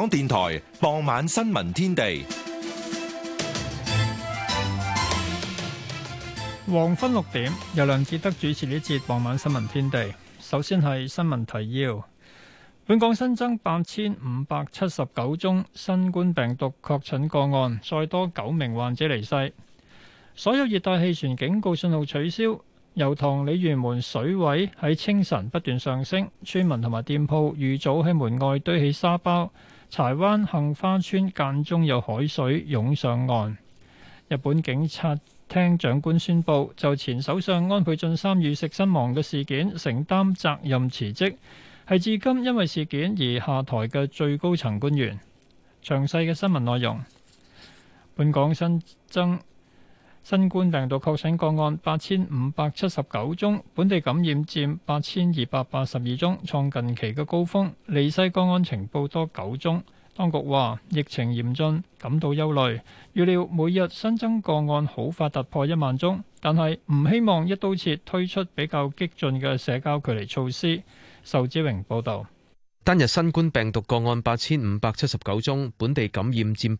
港電台傍晚新聞天地。 黃昏6點，由梁志德主持呢節傍晚新聞天地。首先係新聞提要。本港新增8579宗新冠病毒確診個案，再多9名患者離世。所有熱帶氣旋警告信號取消。油塘鯉魚門水位喺清晨不斷上升，村民同埋店鋪預早喺門外堆起沙包。柴灣杏花村間中有海水湧上岸。日本警察廳長官宣布，就前首相安倍晉三遇刺身亡嘅事件承擔責任辭職，係至今因為事件而下台嘅最高層官員。詳細嘅新聞內容。本港新增新冠病毒確診個案8579宗，本地感染佔8282宗，創近期嘅高峰。離世個案呈報多9宗。當局話疫情嚴峻，感到憂慮，預料每日新增個案好快突破1萬宗，但係唔希望一刀切推出比較激進嘅社交距離措施。仇志榮報導。 單日新冠病毒個案8579宗，本地感染佔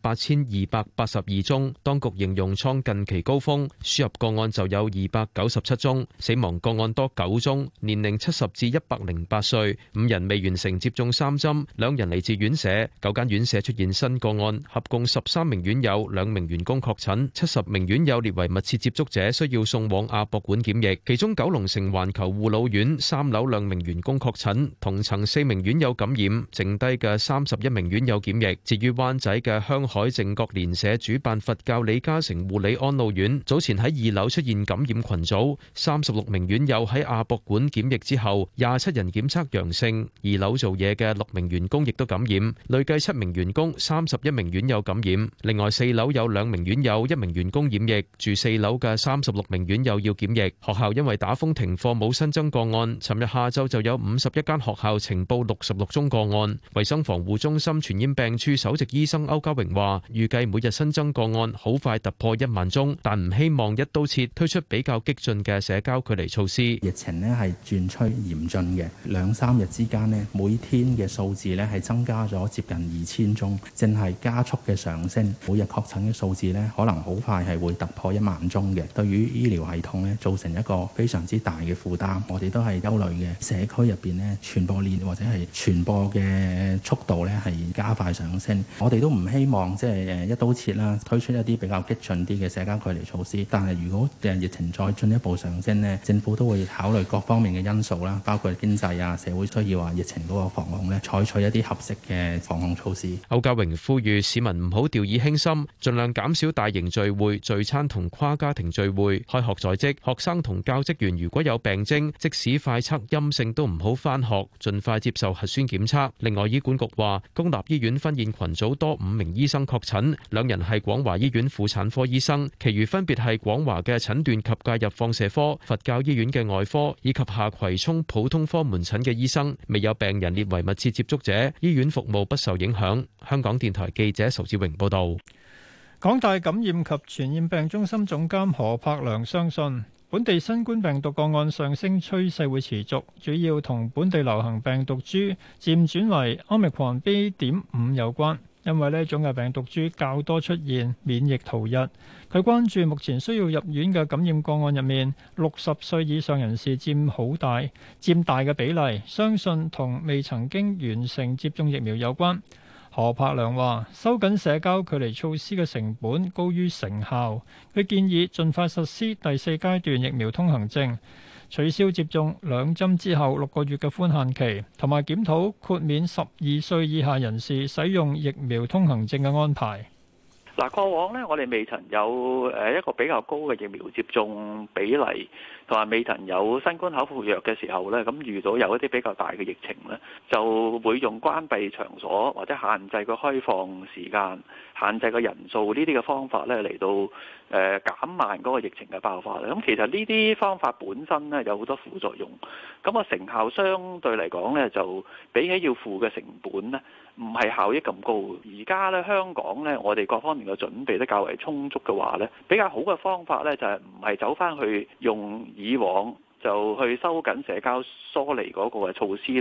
8282宗。當局形容創近期高峰，輸入個案就有297宗，死亡個案多9宗，年齡70至108歲，5人未完成接種3針，2人嚟自院舍。9間院舍出現新個案，合共13名院友、2名員工確診，70名院友列為密切接觸者，需要送往亞博館檢疫。其中九龍城環球護老院3樓2名員工確診，同層4名院友感染，剩低嘅31名院友檢疫。至於灣仔嘅香海正覺蓮社主辦佛教李嘉誠護理安老院，早前喺2樓出現感染群組，36名院友喺亞博館檢疫之後，27人檢測陽性。2樓做嘢嘅6名員工亦都感染，累計7名員工、31名院友感染。另外4樓有2名院友、1名員工染疫，住4樓嘅36名院友要檢疫。學校因為打風停課冇新增個案，尋日下晝就有51間學校呈報66宗個案。衛生防護中心傳染病處首席醫生歐家榮話，預計每日新增個案好快突破1萬宗，但唔希望一刀切推出比較激進嘅社交距離措施。 疫情呢係轉趨嚴峻嘅，2-3日之間呢，每天嘅數字呢係增加咗接近2000宗，正係加速嘅上升。每日確診嘅數字呢，可能好快係會突破1萬宗嘅，對於醫療系統呢，造成一個非常之大嘅負擔。我哋都係憂慮嘅，社區入邊呢，傳播鏈或者係傳播嘅速度咧係加快上升，我哋都唔希望即係一刀切啦，推出一啲比較激進啲嘅社交距離措施。但係如果疫情再進一步上升呢，政府都會考慮各方面嘅因素啦，包括經濟啊、社會需要啊、疫情嗰個防控咧，採取一啲合適嘅防控措施。 歐家榮呼籲市民唔好掉以輕心，盡量減少大型聚會、聚餐同跨家庭聚會。開學在即，學生同教職員如果有病徵，即使快測陰性都唔好返學，盡快接受核酸檢測。另外，醫管局話，公立醫院婚宴群組多5名醫生確診，2人係廣華醫院婦產科醫生，其餘分別係廣華嘅診斷及介入放射科、佛教醫院嘅外科以及下葵涌普通科門診嘅醫生，未有病人列為密切接觸者，醫院服務不受影響。香港電台記者仇志榮報道。 港大感染及傳染病中心總監何柏良相信，本地新冠病毒個案上升趨勢會持續，主要同本地流行病毒株漸轉為 Omicron BA.5 有關，因為呢種嘅病毒株較多出現免疫逃逸。佢關注目前需要入院嘅感染個案入面，60歲以上人士佔大嘅比例，相信同未曾經完成接種疫苗有關。何柏良話：收緊社交距離措施嘅成本高於成效，佢建議盡快實施第4階段疫苗通行證，取消接種2針之後6個月嘅寬限期，同埋檢討豁免12歲以下人士使用疫苗通行證嘅安排。 嗱，過往呢，我哋未曾有一個比較高嘅疫苗接種比例，同埋未曾有新冠口服藥嘅時候呢，咁遇到有一啲比較大嘅疫情呢，就會用關閉場所或者限制個開放時間、限制個人數呢啲嘅方法呢，嚟到減慢嗰個疫情嘅爆發咧。咁其實呢啲方法本身呢，有好多副作用，咁啊成效相對嚟講呢，就比起要付嘅成本呢，唔係效益咁高。而家咧香港咧，我哋各方面嘅準備得較為充足嘅話咧，比較好嘅方法咧就係唔係走翻去用以往就去收緊社交疏離嗰個嘅措施咧，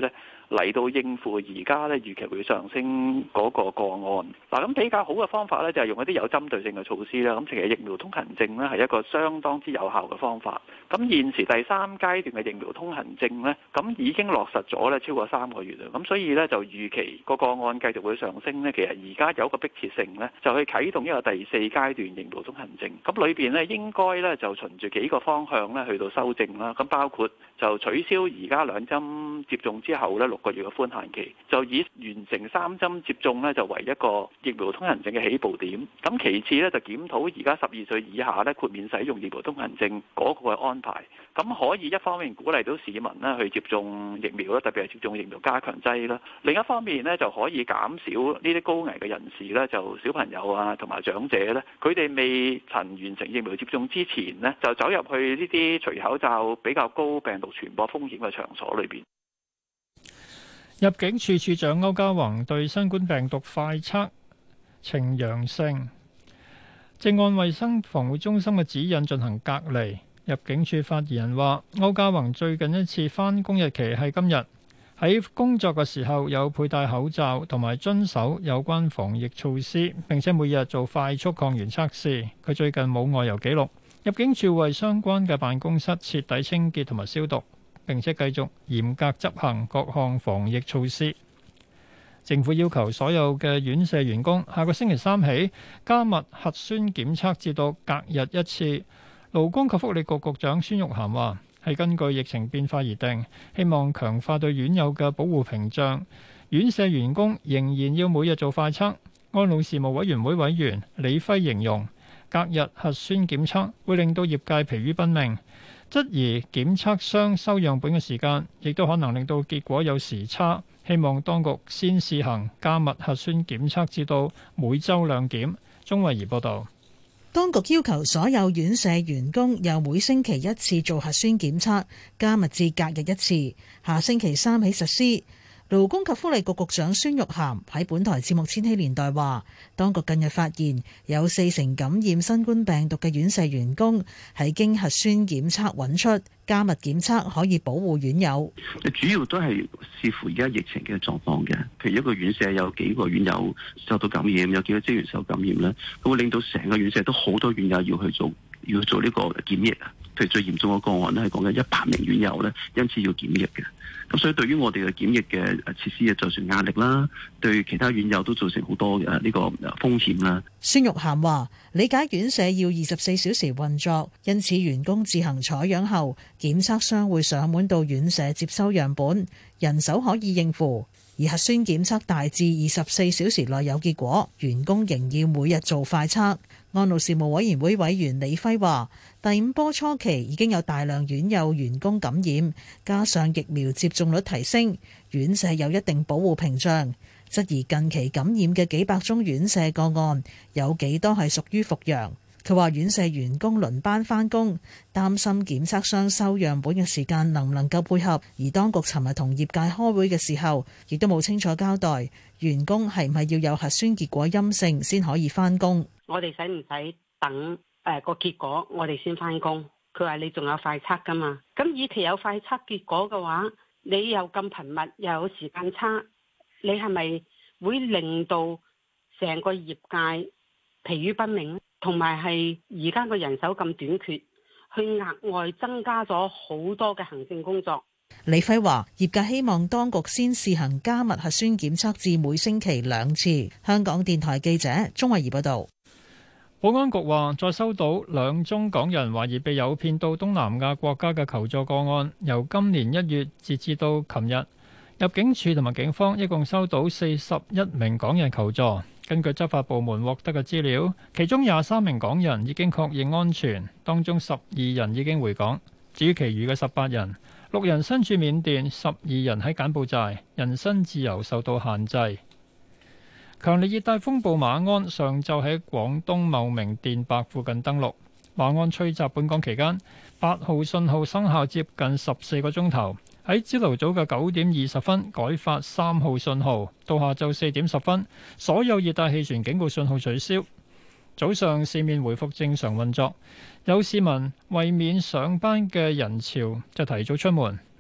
嚟到應付而家咧預期會上升嗰個個案。嗱，咁比較好嘅方法咧就係用一啲有針對性嘅措施啦。咁其實疫苗通行證咧係一個相當之有效嘅方法。咁現時第3階段嘅疫苗通行證咧，咁已經落實咗咧超過3個月啦。咁所以咧就預期個案繼續會上升咧，其實而家有一個迫切性咧，就去啟動一個第4階段疫苗通行證。咁裏邊咧應該咧就循住幾個方向咧去到修正啦。咁包括就取消而家2針接種之後咧6個月嘅寬限期，就以完成3針接種咧就為一個疫苗通行證嘅起步點。咁其次咧就檢討而家12歲以下咧豁免使用疫苗通行證嗰個嘅安排。咁可以一方面鼓勵到市民咧去接種疫苗啦，特別係接種疫苗加強劑啦。另一方面咧就可以減少呢啲高危嘅人士咧，就小朋友啊同埋長者咧，佢哋未曾完成疫苗接種之前呢，就走入去呢啲除口罩比較高病毒傳播風險嘅場所裏邊。 入境處處長歐家宏對新冠病毒快測呈陽性，正按衛生防護中心嘅指引進行隔離。入境處發言人話，歐家宏最近一次返工日期係今日，喺工作嘅時候有佩戴口罩同埋遵守有關防疫措施，並且每日做快速抗原測試。佢最近冇外遊記錄。入境處為相關嘅辦公室徹底清潔同埋消毒，並且繼續嚴格執行各項防疫措施。政府要求所有嘅院舍員工下個星期3起加密核酸檢測至到隔日一次。勞工及福利局局長孫玉菡話，係根據疫情變化而定，希望強化對院友嘅保護屏障。院舍員工仍然要每日做快測。安老事務委員會委員李輝形容，隔日核酸檢測會令到業界疲於奔命，質疑檢測商收樣本嘅時間，亦都可能令到結果有時差。希望當局先試行加密核酸檢測至到每週2檢。鍾慧儀報導。 當局要求所有院舍員工由每星期1次做核酸檢測，加密至隔日1次，下星期3起實施。勞工及福利局局長孫玉菡喺本台節目《千禧年代》話，當局近日發現有40%感染新冠病毒嘅院舍員工喺經核酸檢測揾出，加密檢測可以保護院友。 主要都係視乎而家疫情嘅狀況嘅，譬如一個院舍有幾個院友受到感染，有幾個職員受感染咧，咁會令到成個院舍都好多院友要去做呢個檢疫啊。譬如最嚴重嘅個案咧，係講緊100名院友咧，因此要檢疫嘅。咁所以對於我哋嘅檢疫嘅設施嘅造成壓力啦，對其他院友都造成好多嘅呢個風險啦。 孫玉菡話：理解院舍要24小時運作，因此員工自行採樣後，檢測商會上門到院舍接收樣本，人手可以應付。而核酸檢測大致24小時內有結果，員工仍要每日做快測。安老事務委員會委員李輝話：第5波初期已經有大量院友員工感染，加上疫苗接種率提升，院舍有一定保護屏障。質疑近期感染嘅幾百宗院舍個案，有幾多係屬於復陽。佢話院舍員工輪班返工，擔心檢測商收樣本嘅時間能唔能夠配合。而當局尋日同業界開會嘅時候，亦都冇清楚交代員工係唔係要有核酸結果陰性先可以返工。 我哋使唔使等個結果我哋先返工？佢話你仲有快測㗎嘛？咁與其有快測結果嘅話，你又咁頻密又有時間差，你係咪會令到成個業界疲於奔命咧？同埋係而家個人手咁短缺，去額外增加咗好多嘅行政工作。 李輝話：業界希望當局先試行加密核酸檢測至每星期2次。香港電台記者鍾慧儀報道。 保安局話，再收到2宗港人懷疑被誘騙到東南亞國家嘅求助個案，由今年1月截至到琴日，入境處同埋警方一共收到41名港人求助。根據執法部門獲得嘅資料，其中23名港人已經確認安全，當中12人已經回港。至於其餘嘅18人，6人身處緬甸，12人喺柬埔寨，人身自由受到限制。強烈熱帶風暴馬鞍上晝喺廣東茂名電白附近登陸。馬鞍吹襲本港期間，8號信號生效接近14個鐘頭。喺朝頭早嘅9點20分改發3號信號，到下晝4點10分，所有熱帶氣旋警告信號取消。早上市面回復正常運作，有市民為免上班嘅人潮就提早出門。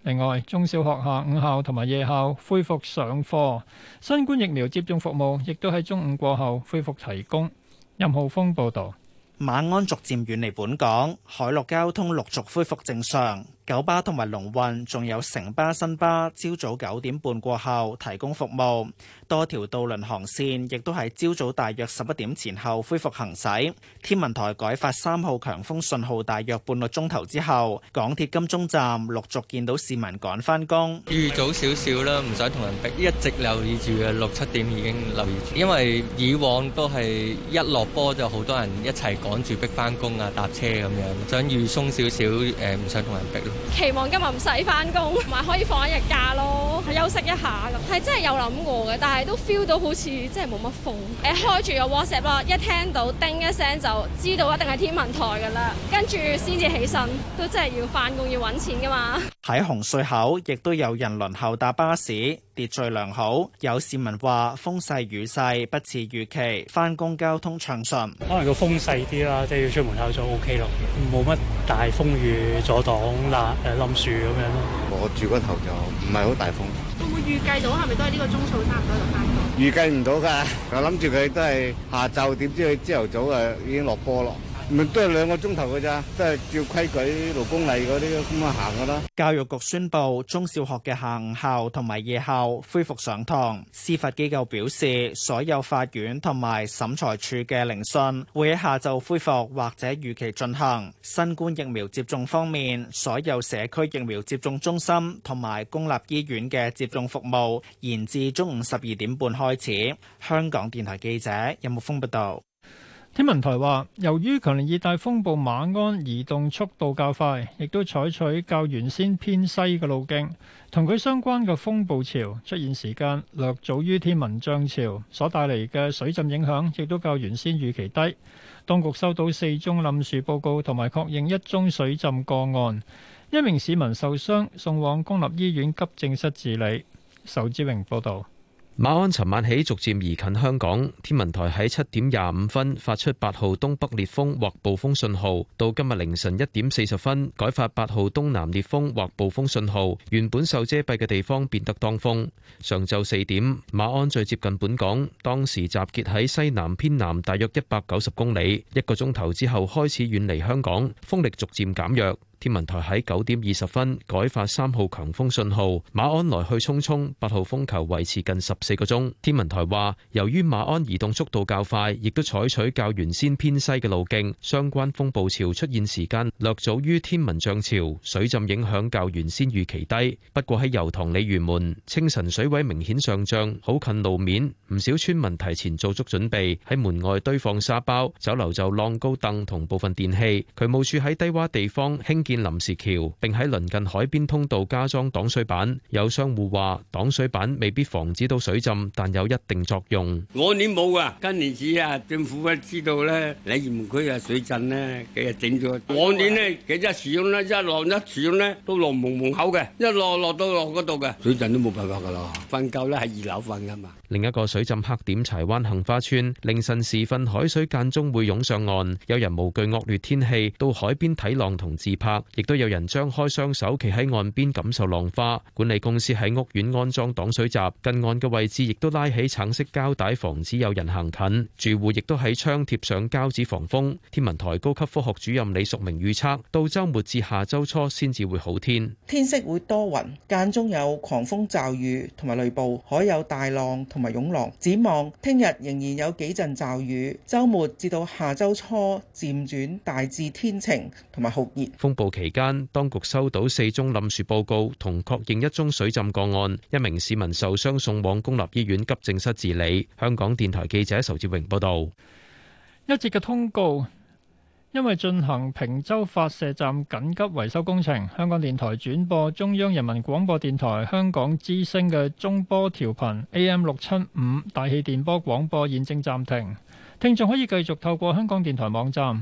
另外，中小學下午校同埋夜校恢復上課，新冠疫苗接種服務亦都喺中午過後恢復提供。任浩峰報導。 馬鞍逐漸遠離本港，海陸交通陸續恢復正常。九巴同埋龍運仲有城巴新巴，朝早9點半過後提供服務。多條渡輪航線亦都係朝早大約11點前後恢復行駛。天文台改發3號強風信號大約半個鐘頭之後，港鐵金鐘站陸續見到市民趕返工。 預早少少啦，唔使同人逼，一直留意住嘅6、7點已經留意住，因為以往都係一落波就好多人一齊趕住逼返工啊，搭車咁樣，想預鬆少少，唔想同人逼咯。 期望今日唔使返工，同埋可以放一日假咯，休息一下咁。係真係有諗過嘅，但係都 feel 到好似真係冇乜風。開住個 WhatsApp 啦，一聽到叮一聲就知道一定係天文台㗎啦，跟住先至起身，都真係要返工要揾錢㗎嘛。 喺紅隧口亦都有人輪候搭巴士，秩序良好。有市民話風勢雨勢不似預期，返工交通暢順。 可能個風細啲啦，即係要出門口就 OK 咯，冇乜大風雨阻擋啦，冧樹咁樣咯。 我住嗰頭就唔係好大風。 會唔會預計到係咪都係呢個鐘數差唔多就返工？ 預計唔到㗎，我諗住佢都係下晝，點知佢朝頭早已經落波咯。咪都係2個鐘頭㗎咋，都係照規矩勞工例嗰啲咁樣行㗎啦。 教育局宣布中小學嘅下午校同埋夜校恢復上堂。司法機構表示，所有法院同埋審裁處嘅聆訊會喺下晝恢復或者如期進行。新冠疫苗接種方面，所有社區疫苗接種中心同埋公立醫院嘅接種服務延至中午12點半開始。香港電台記者任木峰報道。 天文台話，由於強烈熱帶風暴馬鞍移動速度較快，亦都採取較原先偏西嘅路徑，同佢相關嘅風暴潮出現時間略早於天文漲潮，所帶嚟嘅水浸影響亦都較原先預期低。當局收到4宗冧樹報告，同埋確認1宗水浸個案，一名市民受傷，送往公立醫院急症室治理。仇志榮報導。 馬鞍尋晚起逐漸移近香港，天文台喺7點25分發出8號東北烈風或暴風信號，到今日凌晨1點40分改發8號東南烈風或暴風信號，原本受遮蔽嘅地方變得當風。上晝4點，馬鞍最接近本港，當時集結喺西南偏南大約190公里，1個鐘頭之後開始遠離香港，風力逐漸減弱。天文台喺9點20分改發3號強風信號，馬鞍來去匆匆，8號風球維持近14個鐘。天文台話，由於馬鞍移動速度較快，亦都採取較原先偏西嘅路徑，相關風暴潮出現時間略早於天文漲潮，水浸影響較原先預期低。不過喺油塘鯉魚門，清晨水位明顯上漲，好近路面，唔少村民提前做足準備，喺門外堆放沙包，酒樓就晾高凳同部分電器。渠務署喺低洼地方興建臨時橋，並喺鄰近海邊通道加裝擋水板。有商戶話，擋水板未必防止到水浸，但有一定作用。 我年冇啊，今年子啊，政府啊知道咧，鯉魚門區啊水浸咧，佢啊整咗。往年咧，佢一上咧，一落一上咧，都落門口嘅，一落到落嗰度嘅，水浸都冇辦法噶啦。瞓覺咧喺2樓瞓噶嘛。 另一個水浸黑點柴灣杏花村，凌晨時分海水間中會湧上岸，有人無懼惡劣天氣到海邊睇浪同自拍，亦都有人張開雙手企喺岸邊感受浪花。管理公司喺屋苑安裝擋水閘，近岸嘅位置亦都拉起橙色膠帶防止有人行近，住戶亦都喺窗貼上膠紙防風。天文台高級科學主任李淑明預測，到週末至下週初先至會好天。 天色會多雲，間中有狂風驟雨同埋雷暴，海有大浪同埋湧浪。展望聽日仍然有幾陣驟雨，週末至到下週初漸轉大致天晴同埋酷熱。 風暴期間，當局收到4宗冧樹報告，同確認1宗水浸個案，一名市民受傷送往公立醫院急症室治理。香港電台記者仇志榮報道。 一節嘅通告，因為進行坪洲發射站緊急維修工程，香港電台轉播中央人民廣播電台香港之聲嘅中波調頻 AM675 大氣電波廣播現正暫停，聽眾可以繼續透過香港電台網站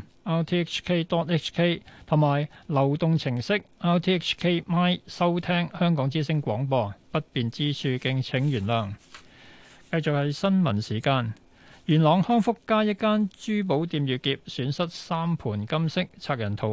rthk.hk 同埋流動程式 rthk My 收聽香港之聲廣播，不便之處敬請原諒。繼續係新聞時間。元朗康福街一間珠寶店遇劫，損失3盤金飾，賊人逃去。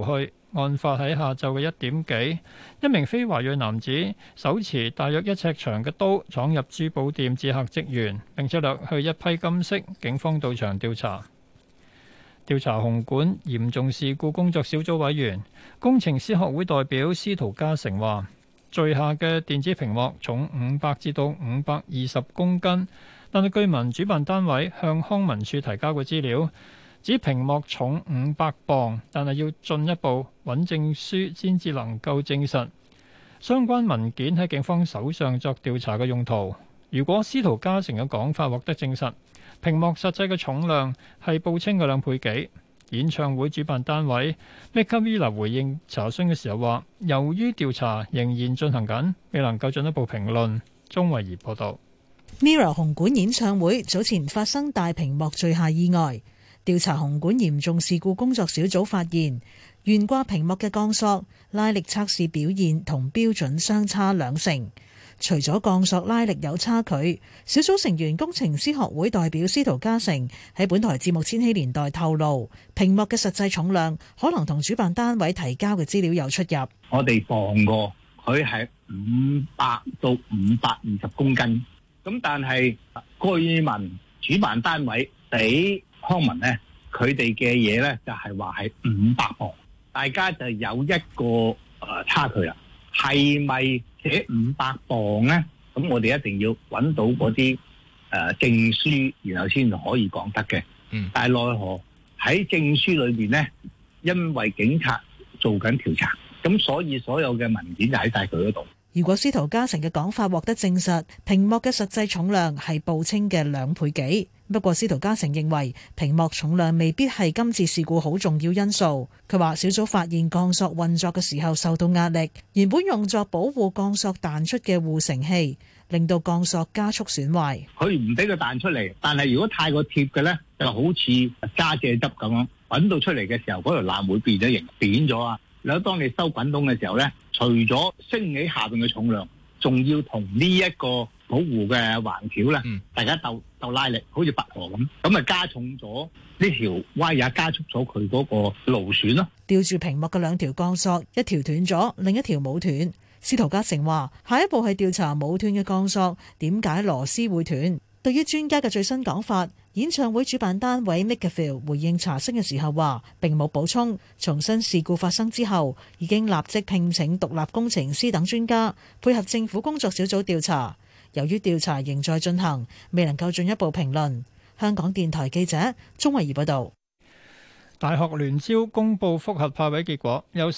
案發喺下晝嘅1點幾，一名非華裔男子手持大約1尺長嘅刀闖入珠寶店指嚇職員，並且掠去一批金飾。警方到場調查。調查紅館嚴重事故工作小組委員、工程師學會代表司徒家成話，墜下嘅電子屏幕重500至到520公斤，但係據聞主辦單位向康文署提交嘅資料，指屏幕重500磅，但係要進一步揾證書先至能夠證實。相關文件喺警方手上作調查嘅用途。如果司徒家成嘅講法獲得證實，屏幕實際嘅重量係報稱嘅2倍幾。演唱會主辦單位 MakerVille 回應查詢嘅時候話，由於調查仍然進行緊，未能夠進一步評論。鍾慧儀報導。 Mirror 紅館演唱會早前發生大屏幕墜下意外，調查紅館嚴重事故工作小組發現，懸掛屏幕嘅鋼索拉力測試表現同標準相差20%。除咗鋼索拉力有差距，小組成員工程師學會代表司徒家成喺本台節目《千禧年代》透露，屏幕嘅實際重量可能同主辦單位提交嘅資料有出入。 我哋磅過，佢係500到520公斤，咁但係據聞主辦單位俾康文呢，佢哋嘅嘢呢就係話係500磅，大家就有一個差距啦。係咪寫500磅呢？咁我哋一定要揾到嗰啲證書，然後先可以講得嘅。但係奈何喺證書裏邊呢，因為警察做緊調查，咁所以所有嘅文件就喺晒佢嗰度。 如果司徒家成嘅講法獲得證實，屏幕嘅實際重量係報稱嘅2倍幾。不過司徒家成認為屏幕重量未必係今次事故好重要因素。佢話小組發現鋼索運作嘅時候受到壓力，原本用作保護鋼索彈出嘅護繩器，令到鋼索加速損壞。 佢唔俾佢彈出嚟，但係如果太過貼嘅呢，就好似加蔗汁咁樣，滾到出嚟嘅時候，嗰條纜會變咗形，扁咗啊！然後當你收滾筒嘅時候呢，除咗升起下邊嘅重量，仲要同呢一個保護嘅橫條咧，大家鬥拉力，好似拔河咁啊加重咗呢條歪也加速咗佢嗰個勞損咯。 吊住屏幕嘅2條鋼索，一條斷咗，另一條冇斷。司徒家成話：下一步係調查冇斷嘅鋼索點解螺絲會斷。對於專家嘅最新講法，演唱會主辦單位 MakerVille 回應查詢嘅時候話並冇補充，重申事故發生之後已經立即聘請獨立工程師等專家配合政府工作小組調查。由於調查仍在進行，未能夠進一步評論。香港電台記者鍾慧儀報道。 大學聯招公佈覆核派位結果，有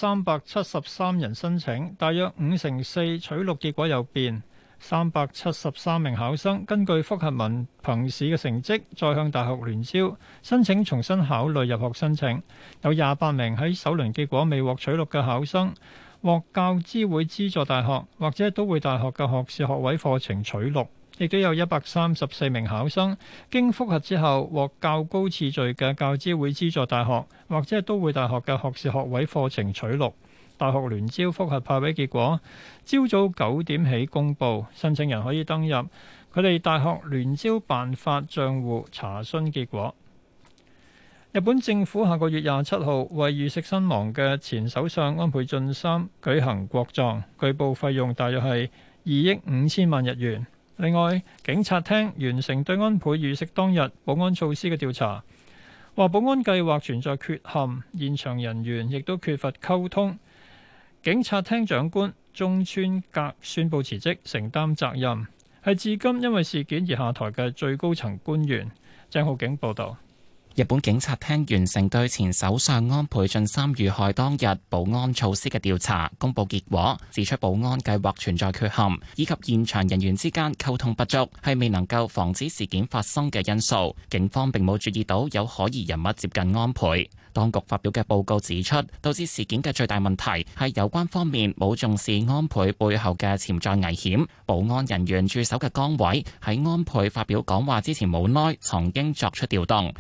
373人申請，大約4/5取錄結果有變。373名考生根據覆核文憑試嘅成績，再向大學聯招申請重新考慮入學申請。有28名喺首輪結果未獲取錄嘅考生，獲教資會資助大學或者都會大學嘅學士學位課程取錄，亦都有134名考生經覆核之後獲較高次序嘅教資會資助大學或者都會大學嘅學士學位課程取錄。大學聯招覆核派位結果，朝早9點起公佈，申請人可以登入佢哋大學聯招辦法賬戶查詢結果。日本政府下個月27號為遇刺身亡嘅前首相安倍晉三舉行國葬，據報費用大約係2億5千萬日元。另外，警察廳完成對安倍遇刺當日保安措施嘅調查，話保安計劃存在缺陷，現場人員亦都缺乏溝通。警察廳長官中村格宣布辭職，承擔責任，係至今因為事件而下台嘅最高層官員。鄭浩景報導。 日本警察廳完成對前首相安倍晉三遇害當日保安措施嘅調查，公佈結果，指出保安計劃存在缺陷，以及現場人員之間溝通不足，係未能夠防止事件發生嘅因素。警方並冇注意到有可疑人物接近安倍。當局發表嘅報告指出，導致事件嘅最大問題係有關方面冇重視安倍背後嘅潛在危險。保安人員駐守嘅崗位喺安倍發表講話之前冇耐曾經作出調動，重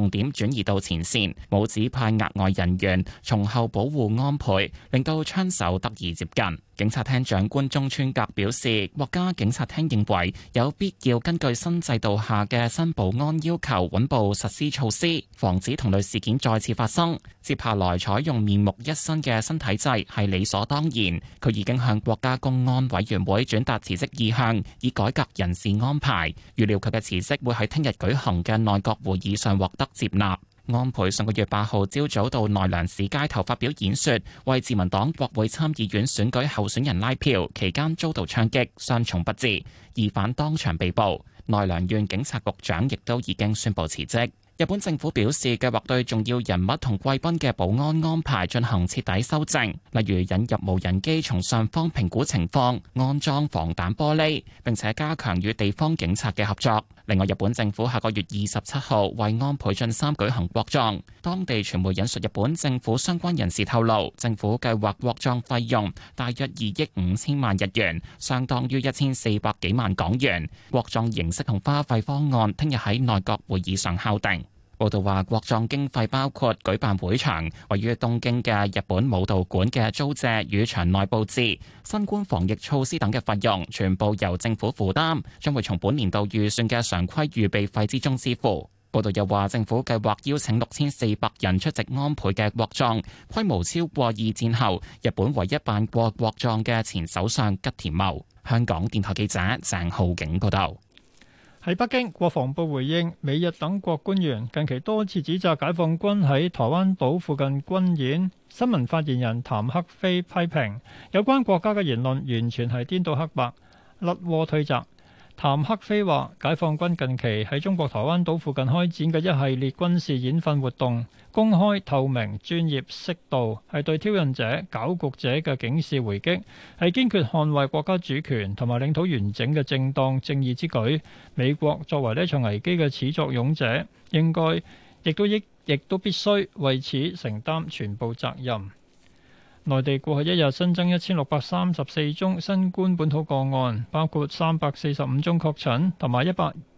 重點轉移到前線，冇指派額外人員從後保護安倍，令到槍手得以接近。警察廳長官中村格表示，國家警察廳認為有必要根據新制度下嘅新保安要求，穩步實施措施，防止同類事件再次發生。接下來採用面目一新嘅新體制係理所當然。佢已經向國家公安委員會轉達辭職意向，以改革人事安排。預料佢嘅辭職會喺聽日舉行嘅內閣會議上獲得接納。安倍上個月8號朝早到奈良市街頭發表演說，為自民黨國會參議院選舉候選人拉票，期間遭到槍擊，傷重不治，疑犯當場被捕。奈良縣警察局長亦都已經宣布辭職。日本政府表示，計劃對重要人物同貴賓嘅保安安排進行徹底修正，例如引入無人機從上方評估情況，安裝防彈玻璃，並且加強與地方警察嘅合作。另外，日本政府下個月27號為安倍晉三舉行國葬，當地傳媒引述日本政府相關人士透露，政府計劃國葬費用大約2億5千萬日元，相當於1400幾萬港元。國葬形式同花費方案聽日喺內閣會議上敲定。報道話，國葬經費包括舉辦會場、位於東京嘅日本武道館嘅租借與場內佈置、新冠防疫措施等嘅費用，全部由政府負擔，將會從本年度預算嘅常規預備費之中支付。報道又話，政府計劃邀請6400人出席安倍嘅國葬，規模超過二戰後日本唯一辦過國葬嘅前首相吉田茂。香港電台記者鄭浩景報道。 喺北京，國防部回應美日等國官員近期多次指責解放軍喺台灣島附近軍演。新聞發言人譚克非批評有關國家嘅言論完全係顛倒黑白、甩鍋推責。譚克非話：解放軍近期喺中國台灣島附近開展嘅一系列軍事演訓活動，公開、透明、專業、適度，係對挑釁者、搞局者嘅警示回擊，係堅決捍衛國家主權同埋領土完整嘅正當正義之舉。美國作為呢場危機嘅始作俑者，應該亦都必須為此承擔全部責任。內地過去一日新增1634宗新冠本土個案，包括345宗確診同埋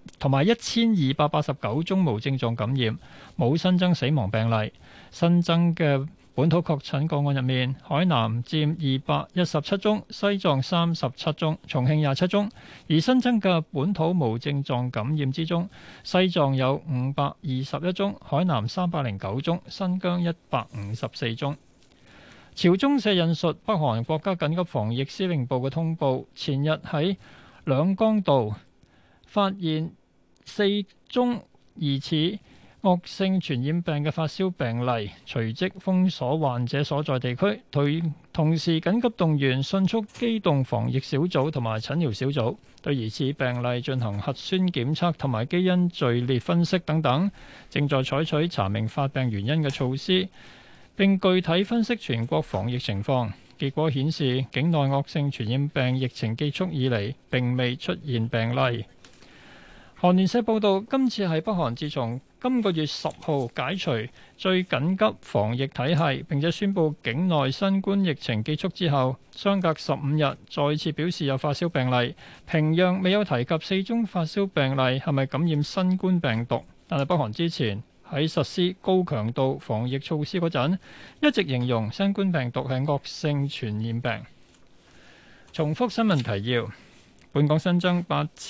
1289宗無症狀感染，冇新增死亡病例。新增嘅本土確診個案入面，海南佔217宗，西藏37宗，重慶27宗。而新增嘅本土無症狀感染之中，西藏有521宗，海南309宗，新疆154宗。朝中社引述北韓國家緊急防疫司令部嘅通報，前日喺兩江道發現4宗疑似惡性傳染病嘅發燒病例，隨即封鎖患者所在地區，同時緊急動員迅速機動防疫小組同埋診療小組，對疑似病例進行核酸檢測同埋基因序列分析等等，正在採取查明發病原因嘅措施，並具體分析全國防疫情況。結果顯示，境內惡性傳染病疫情結束以嚟並未出現病例。韓聯社報道，今次係北韓自從今個月10號解除最緊急防疫體系，並且宣布境內新冠疫情結束之後，相隔15日再次表示有發燒病例。平壤未有提及4宗發燒病例係咪感染新冠病毒，但係北韓之前喺實施高強度防疫措施嗰陣，一直形容新冠病毒係惡性傳染病。重複新聞提要：本港新增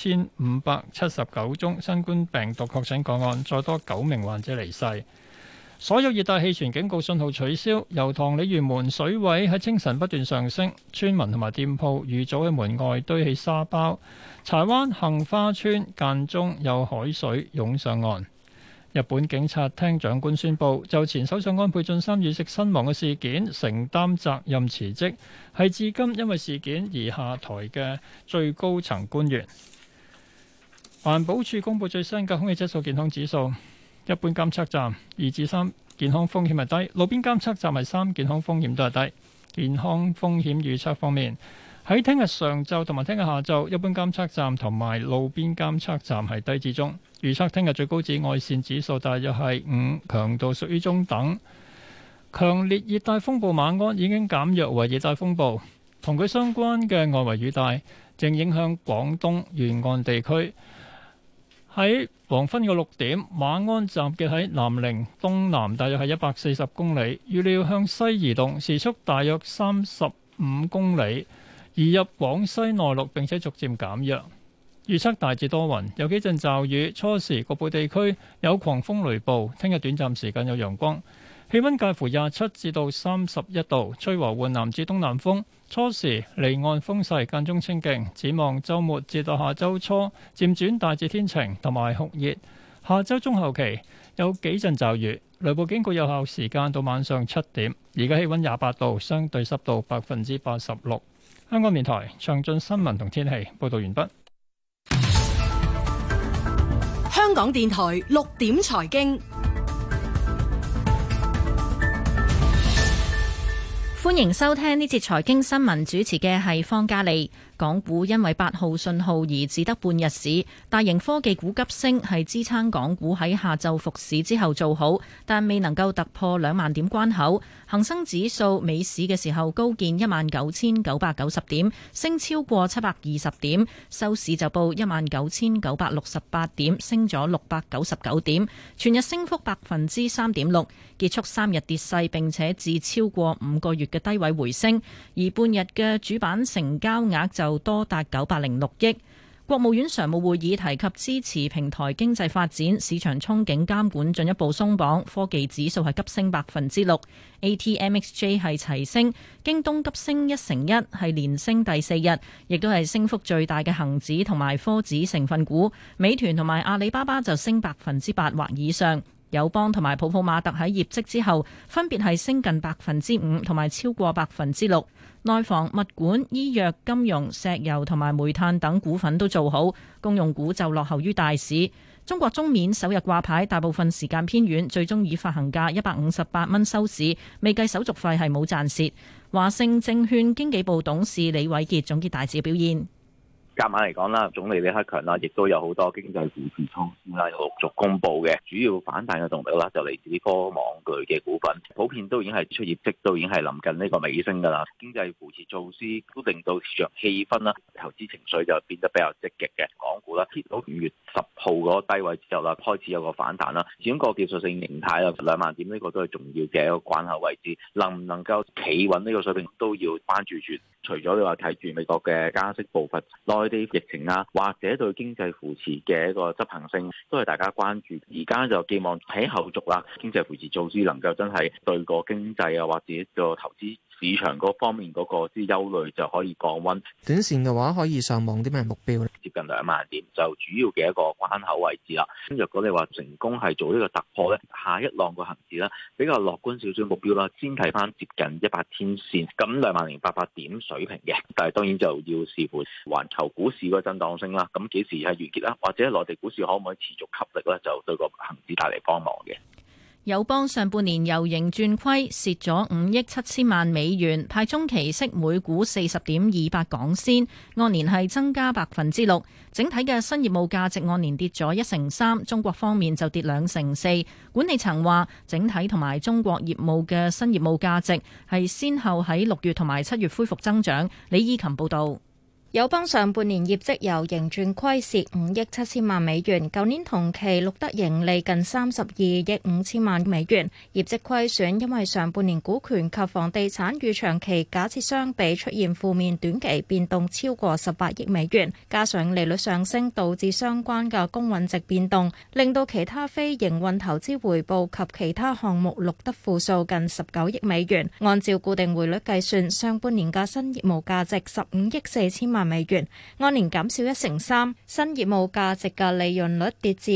8579宗新冠病毒確診個案，再多9名患者離世。所有熱帶氣旋警告信號取消。油塘鯉魚門水位喺清晨不斷上升，村民同埋店鋪預早喺門外堆起沙包。柴灣杏花村間中有海水湧上岸。日本警察廳長官宣布，就前首相安倍晉三遇刺身亡嘅事件承擔責任辭職，係至今因為事件而下台嘅最高層官員。環保署公布最新嘅空氣質素健康指數，一般監測站2至3，健康風險係低；路邊監測站係3，健康風險都係低。健康風險預測方面，喺聽日上晝同埋聽日下晝，一般監測站同埋路邊監測站係低至中。預測聽日最高紫外線指數大約係5，強度屬於中等。強烈熱帶風暴馬鞍已經減弱為熱帶風暴，同佢相關嘅外圍雨帶正影響廣東沿岸地區。 喺黃昏嘅6點，馬鞍集結喺南寧東南，大約係140公里，預料向西移動，時速大約35公里，移入廣西內陸並且逐漸減弱。預測大致多雲，有幾陣驟雨，初時局部地區有狂風雷暴，聽日短暫時間有陽光。氣溫介乎27至到31度，吹和緩南至東南風。初時離岸風勢間中清勁，展望週末至到下週初漸轉大致天晴同埋酷熱。下週中後期有幾陣驟雨，雷暴警告有效時間到晚上7點。而家氣溫28度，相對濕度86%。香港電台詳盡新聞同天氣報道完畢。 香港電台6點財經。 歡迎收聽呢節財經新聞，主持嘅係方嘉利。港股因為8號信號而只得半日市，大型科技股急升，係支撐港股喺下晝復市之後做好，但未能夠突破2萬點關口。恒生指數尾市嘅時候高見19,990點，升超過720點，收市就報19,968點，升咗699點，全日升幅3.6%，結束3日跌勢，並且至超過5個月嘅低位回升，而半日嘅主板成交額就多達906億。國務院常務會議提及支持平台經濟發展，市場憧憬監管進一步鬆綁，科技指數係急升6%。ATMXJ 係齊升，京東急升1%，係連升第4日，亦都係升幅最大嘅恒指同埋科指成分股。美團同埋阿里巴巴就升8%或以上。友邦同埋泡泡瑪特喺業績之後，分別係升近5%同埋超過6%。內房、物管、醫藥、金融、石油同埋煤炭等股份都做好，公用股就落後於大市。中國中免首日掛牌，大部分時間偏軟，最終以發行價158蚊收市，未計手續費係冇賺蝕。華盛證券經紀部董事李偉傑總結大市表現。 夾晚嚟講啦，總理李克強啦，亦都有好多經濟扶持措施啦，陸續公布嘅。主要反彈嘅動力啦，就嚟自啲科網類嘅股份，普遍都已經係出業績，都已經係臨近呢個尾聲㗎啦。經濟扶持措施都令到市場氣氛啦、投資情緒就變得比較積極嘅。港股啦，跌到5月10號嗰個低位之後啦，開始有個反彈啦。始終個技術性形態啦，2萬點呢個都係重要嘅一個關口位置，能唔能夠企穩呢個水平都要關注住。除咗你話睇住美國嘅加息步伐、內地疫情啊，或者對經濟扶持嘅一個執行性，都係大家關注。而家就寄望喺後續啦，經濟扶持措施能夠真係對個經濟啊，或者個投資市場嗰方面嗰個啲憂慮就可以降溫。 短線嘅話，可以上望啲咩目標咧？ 接近2萬點就主要嘅一個關口位置啦。咁若果你話成功係做呢個突破咧，下一浪個恆指咧比較樂觀少少目標啦，先睇翻接近100天線，咁20800點水平嘅。但係當然就要視乎環球股市個震盪性啦。咁幾時係完結啦？或者內地股市可唔可以持續吸力咧？就對個恆指帶嚟幫忙嘅。 友邦上半年由盈轉虧，蝕咗5億7千萬美元，派中期息每股40.28港仙，按年係增加6%。整體嘅新業務價值按年跌咗1成3，中國方面就跌2成4。管理層話，整體同埋中國業務嘅新業務價值係先後喺6月同埋7月恢復增長。李依琴報道。 友邦上半年業績由盈轉虧，蝕5億7千萬美元，舊年同期錄得盈利近32億5千萬美元。業績虧損因為上半年股權及房地產與長期假設相比出現負面短期變動超過18億美元，加上利率上升導致相關嘅公允值變動，令到其他非營運投資回報及其他項目錄得負數近19億美元。按照固定匯率計算，上半年嘅新業務價值15億4千萬美元，按年減少1成3，新業務價值嘅利潤率跌至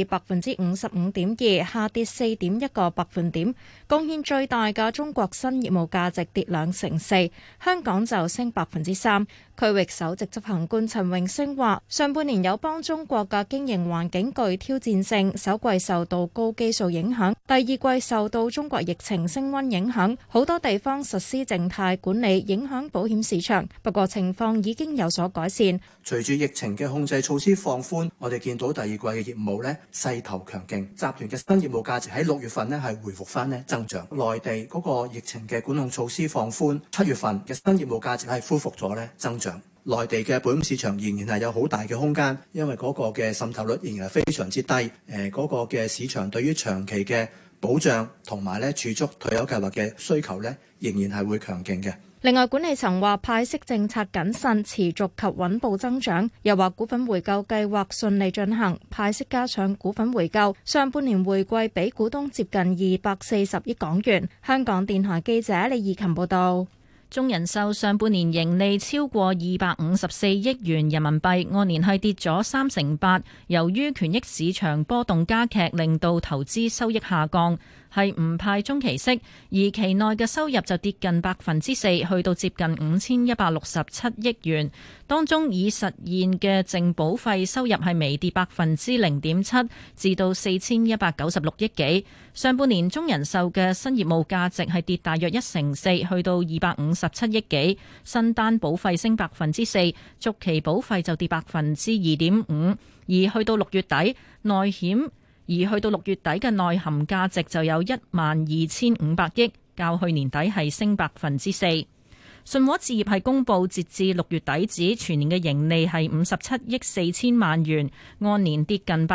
55.2%，下跌4.1個百分點。貢獻最大嘅中國新業務價值跌2成4，香港就升3%。區域首席執行官陳榮升話：上半年友邦中國嘅經營環境具挑戰性，首季受到高基數影響，第二季受到中國疫情升溫影響，好多地方實施靜態管理，影響保險市場。不過情況已經有所改善。 隨住疫情嘅控制措施放寬，我哋見到第二季嘅業務咧勢頭強勁，集團嘅新業務價值喺6月份咧係回復翻咧增長。內地嗰個疫情嘅管控措施放寬，7月份嘅新業務價值係恢復咗咧增長。 內地嘅保險市場仍然係有好大嘅空間，因為嗰個嘅滲透率仍然係非常之低。嗰個嘅市場對於長期嘅保障同埋咧儲蓄退休計劃嘅需求咧，仍然係會強勁嘅。 另外，管理層話派息政策謹慎、持續及穩步增長，又話股份回購計劃順利進行，派息加上股份回購，上半年回饋俾股東接近240億港元。香港電台記者李義琴報道。 中人壽上半年盈利超過254億元人民幣，按年係跌咗38%，由於權益市場波動加劇，令到投資收益下降，係唔派中期息，而期內嘅收入就跌近4%，去到接近5167億元。當中已實現嘅淨保費收入係微跌0.7%，至到4196億幾。上半年中人壽嘅新業務價值係跌大約1%，去到257億幾。新單保費升4%，續期保費就跌2.5%，而去到6月底嘅內含價值就有12500億，較去年底係升4%。信和置業係公佈截至6月底止全年嘅盈利係57億4千萬元，按年跌近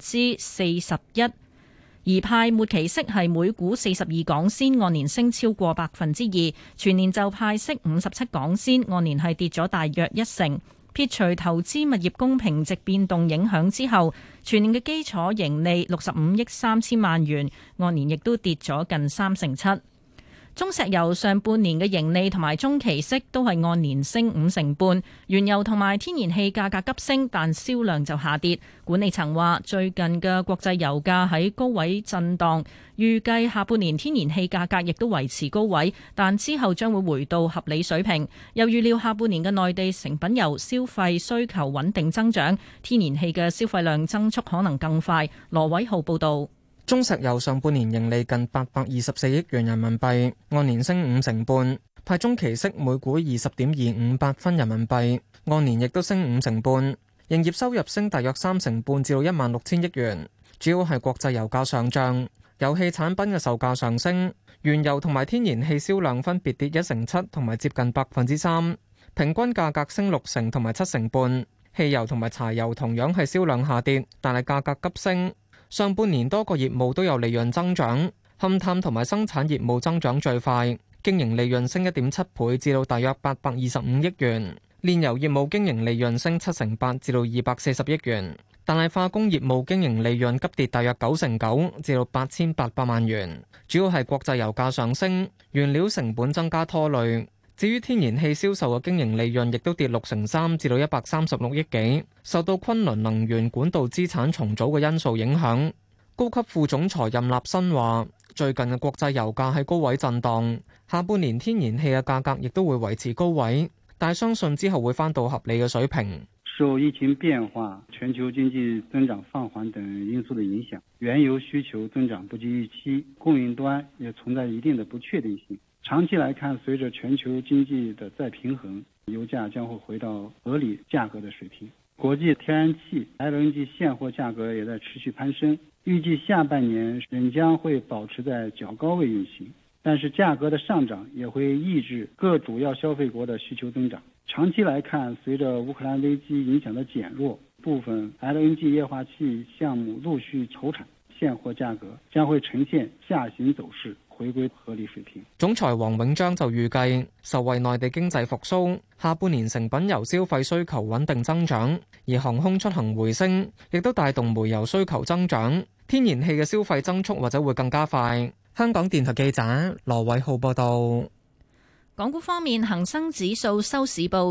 41%，而派末期息係每股42港仙，按年升超過2%，全年就派息57港仙，按年係跌咗大約1%。撇除投資物業公平值變動影響之後，全年嘅基礎盈利65億3千萬元，按年亦都跌咗近7%。中石油上半年嘅盈利同埋中期息都係按年升5%，原油同埋天然氣價格急升，但銷量就下跌。管理層話最近嘅國際油價喺高位震盪，預計下半年天然氣價格亦都維持高位，但之後將會回到合理水平。又預料下半年嘅內地成品油消費需求穩定增長，天然氣嘅消費量增速可能更快。羅偉浩報導。 中石油上半年盈利近824億元人民幣，按年升5%，派中期息每股20.258分人民幣，按年亦都升5%。營業收入升大約3%至到16000億元，主要係國際油價上漲，油氣產品嘅售價上升，原油同埋天然氣銷量分別跌1.7%同埋接近3%，平均價格升6%同埋7.5%。汽油同埋柴油同樣係銷量下跌，但係價格急升。上半年多個業務都有利潤增長，勘探同埋生產業務增長最快，經營利潤升1.7倍至到大約825億元。煉油業務經營利潤升7.8%至到240億元，但係化工業務經營利潤急跌大約9.9%至到8800萬元，主要係國際油價上升，原料成本增加拖累。至於天然氣銷售嘅經營利潤亦都跌6.3%至到136億幾，受到昆侖能源管道資產重組嘅因素影響。高級副總裁任立新話：最近嘅國際油價喺高位震盪，下半年天然氣嘅價格亦都會維持高位，但相信之後會返到合理嘅水平。 受疫情變化、全球經濟增長放緩等因素的影響，原油需求增長不及預期，供應端也存在一定的不確定性。長期來看，隨着全球經濟的再平衡，油價將會回到合理價格的水平。國際天然氣 LNG 現貨價格也在持續攀升，預計下半年仍將會保持在較高位運行，但是價格的上漲也會抑制各主要消費國的需求增長。長期來看，隨着烏克蘭危機影響的減弱，部分 LNG 液化氣項目陸續投產，現貨價格將會呈現下行走勢，回歸合理水平。 總裁黃永章就預計，受惠內地經濟復甦，下半年成品油消費需求穩定增長，而航空出行回升，亦都帶動煤油需求增長，天然氣嘅消費增速或者會更加快。香港電台記者羅偉浩報道。 港股方面，恒生指數收市報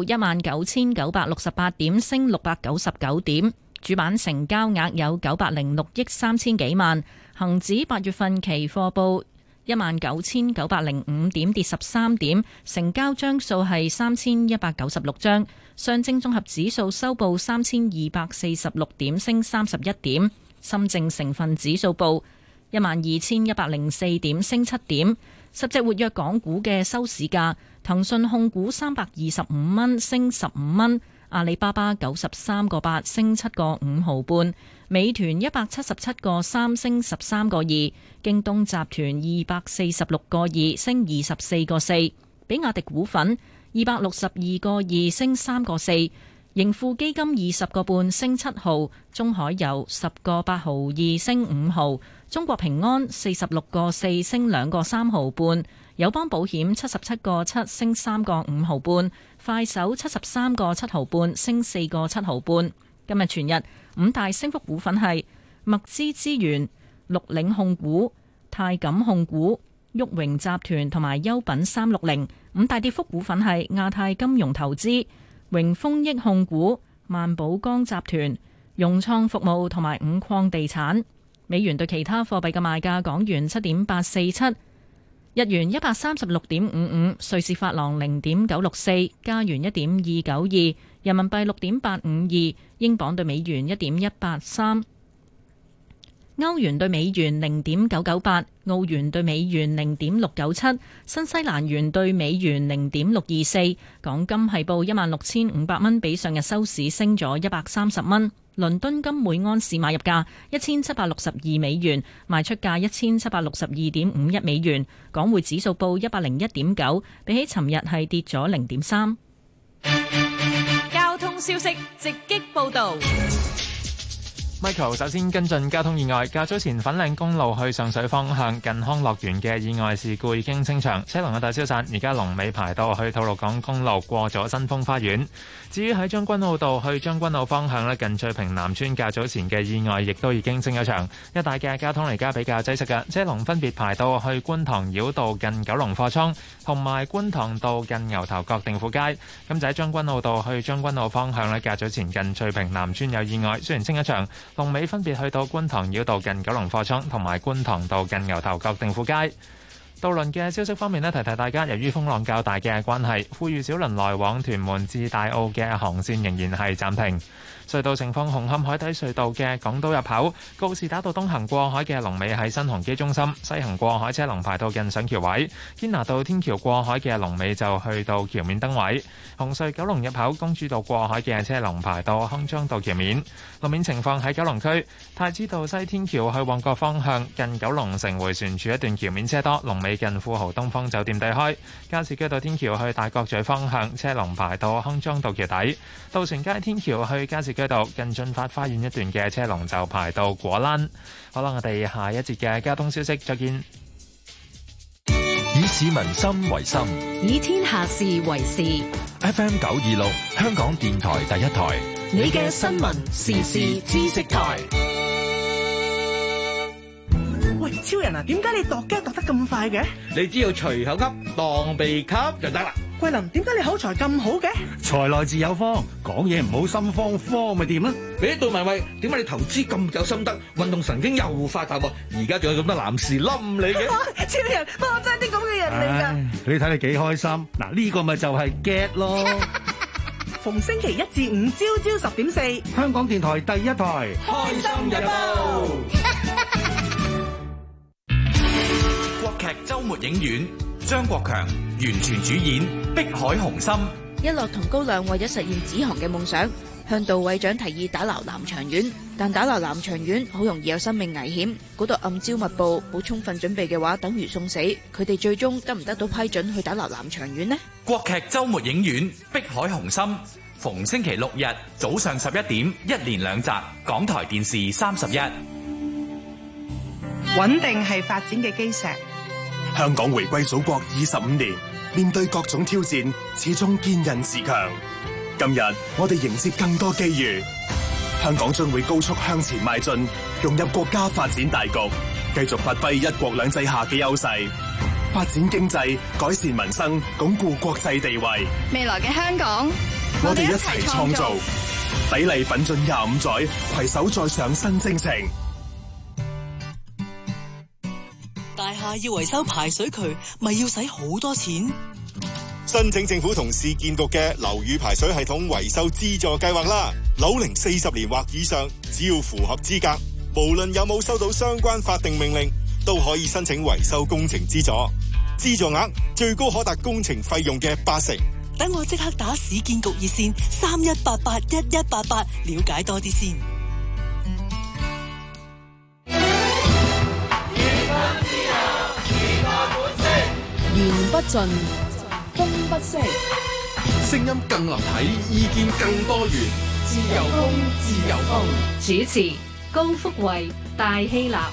19968點，升699點，主板成交額有906億3千幾萬。恒指8月份期貨報19905點，跌13點，成交張數係3196張。上證綜合指數收報3246點，升31點。深證成分指數報12104點，升7點。十隻活躍港股嘅收市價：騰訊控股325蚊，升15蚊；阿里巴巴93個8，升7個5毫半；美團177個3，升13個2；京東集團246個2，升24個4；比亞迪股份 262個2升3個4，盈富基金20個半升7毫，中海油10個8毫2升5毫，中國平安46個4升2個3毫半，友邦保險77個7升3個5毫半，快手73個7毫半升4個7毫半。今日全日五大升幅股份係麥資資源、綠領控股、泰錦控股、旭榮集團同埋優品360。五大跌幅股份係亞太金融投資、榮豐益控股、萬寶江集團、融創服務同埋五礦地產。美元對其他貨幣嘅賣價：港元7.847，日元136.55，瑞士法郎0.964，加元1.292，人民幣6.852，英鎊對美元1.183，歐元對美元0.998，澳元對美元0.697，新西蘭元對美元0.624。港金係報16,500蚊，比上日收市升咗130蚊。倫敦金每安士買入價1762美元，賣出價1762.51美元。港匯指數報101.9，比起尋日係跌咗0.3。 交通消息直擊報導。 Michael 首先跟進交通意外，較早前粉嶺公路去上水方向近康樂園嘅意外事故已經清場，車龍嘅大消散，而家龍尾排到去吐露港公路過咗新豐花園。至於喺將軍澳道去將軍澳方向咧，近翠屏南村較早前嘅意外亦都已經清咗場，一帶嘅交通而家比較擠塞嘅，車龍分別排到去觀塘繞道近九龍貨倉同埋觀塘道近牛頭角定富街。咁就喺將軍澳道去將軍澳方向咧，較早前近翠屏南村有意外，雖然清咗場，龍尾分別去到觀塘繞道近九龍貨倉同埋觀塘道近牛頭角定富街。渡輪嘅消息方面咧，提提大家，由於風浪較大嘅關係，富裕小輪來往屯門至大澳嘅航線仍然係暫停。隧道情況：紅磡海底隧道嘅港島入口，告士打道東行過海嘅龍尾喺新鴻基中心，西行過海車龍排到近上橋位。堅拿道天橋過海嘅龍尾就去到橋面燈位。紅隧九龍入口，公主道過海嘅車龍排到康莊道橋面。路面情況喺九龍區太子道西天橋去旺角方向，近九龍城迴旋處一段橋面車多，龍尾近富豪東方酒店對開。加士居道天橋去大角咀方向，車龍排到康莊道橋底。渡船街天橋去加士居道近駿發花園一段嘅車龍就排到果欄。好啦，我哋下一節嘅交通消息再見。 以市民心為心， 以天下事為事。 FM 926，香港電台第一台， 你嘅新聞時事知識台。 喂，超人啊，點解你度機度得咁快嘅？ 你只要隨口噏，當鼻吸就得啦。 桂林，點解你口才咁好嘅？ 財來自有方，講嘢唔好心慌慌咪掂啦。俾杜文慧，點解你投資咁有心得，運動神經又發達喎？而家仲有咁多男士冧你嘅？ 超人，我真係啲咁嘅人嚟㗎。 你睇你幾開心，嗱呢個咪就係 get 咯。 逢星期1至5朝朝10.4， 香港電台第一台， 開心日報。 國劇週末影院，張國強完全主演《碧海雄心》。 一樂同高亮為咗實現子航嘅夢想，向杜偉長提議打撈南翔丸，但打撈南翔丸好容易有生命危險，嗰度暗礁密布，冇充分準備嘅話等於送死。佢哋最終得唔得到批准去打撈南翔丸呢？ 國劇週末影院《碧海雄心》，逢星期6日早上11點，一連2集，港台電視31。 穩定係發展嘅基石。 香港回歸祖國25年，面對各種挑戰，始終堅韌自強。今日我哋迎接更多機遇，香港將會高速向前邁進，融入國家發展大局，繼續發揮一國兩制下嘅優勢，發展經濟，改善民生，鞏固國際地位。 未來嘅香港， 我哋一齊創造，砥礪奮進25載，攜手再上新征程。 大廈要維修排水渠，咪要使好多錢？ 申請政府同市建局嘅樓宇排水系統維修資助計劃啦！樓齡40年或以上，只要符合資格，無論有冇收到相關法定命令，都可以申請維修工程資助。資助額最高可達工程費用嘅80%。 等我即刻打市建局熱線31881188，了解多啲先。 言不盡，風不息， 聲音更立體，意見更多元。自由風，自由風。 主持高福慧、戴希立。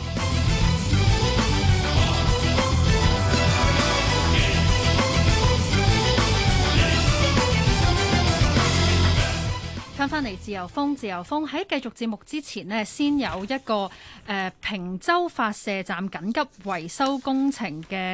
翻嚟自由風，自由風喺繼續節目之前呢，先有一個坪洲發射站緊急維修工程嘅